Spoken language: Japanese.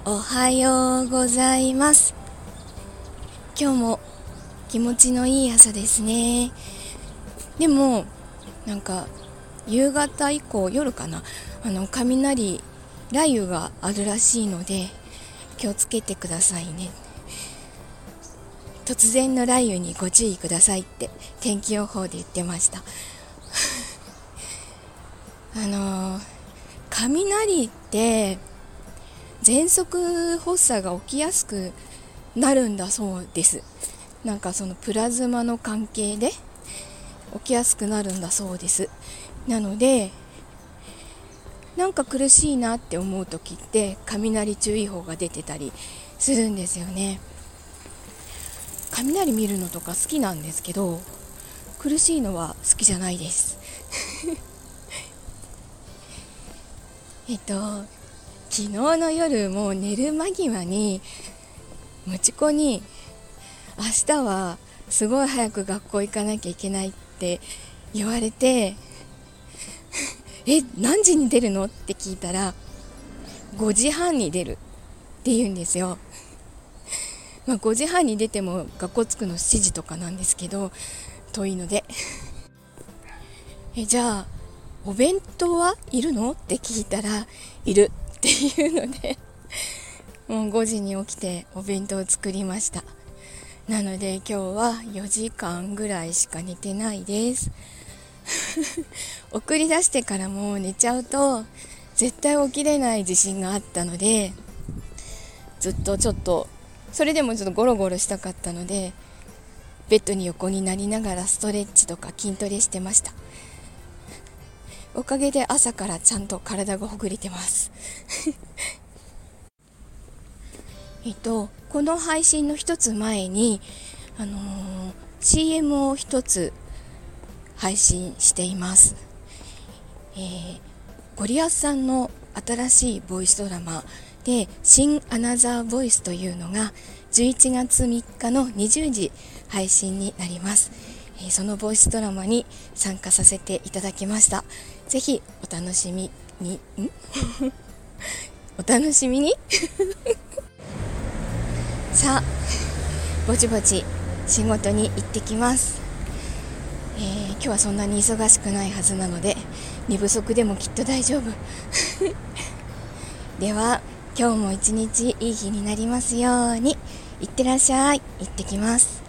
おはようございます。今日も気持ちのいい朝ですね。でもなんか夕方以降、夜かな、雷雨があるらしいので気をつけてくださいね。突然の雷雨にご注意くださいって天気予報で言ってました。雷って喘息発作が起きやすくなるんだそうです。なんかそのプラズマの関係で起きやすくなるんだそうです。なのでなんか苦しいなって思う時って雷注意報が出てたりするんですよね。雷見るのとか好きなんですけど、苦しいのは好きじゃないです。昨日の夜もう寝る間際にムチコに明日はすごい早く学校行かなきゃいけないって言われて何時に出るのって聞いたら5時半に出るって言うんですよ。5時半に出ても学校着くの7時とかなんですけど、遠いのでじゃあお弁当はいるのって聞いたらいるっていうのでもう5時に起きてお弁当を作りました。なので今日は4時間ぐらいしか寝てないです送り出してからも寝ちゃうと絶対起きれない自信があったので、ずっとちょっとそれでもちょっとゴロゴロしたかったのでベッドに横になりながらストレッチとか筋トレしてました。おかげで朝からちゃんと体がほぐれてますこの配信の一つ前に、CM を一つ配信しています。ゴリアスさんの新しいボイスドラマで新アナザーボイスというのが11月3日の20時配信になります。そのボイスドラマに参加させていただきました。ぜひお楽しみにお楽しみにさあぼちぼち仕事に行ってきます。今日はそんなに忙しくないはずなので寝不足でもきっと大丈夫では今日も一日いい日になりますように。いってらっしゃい。行ってきます。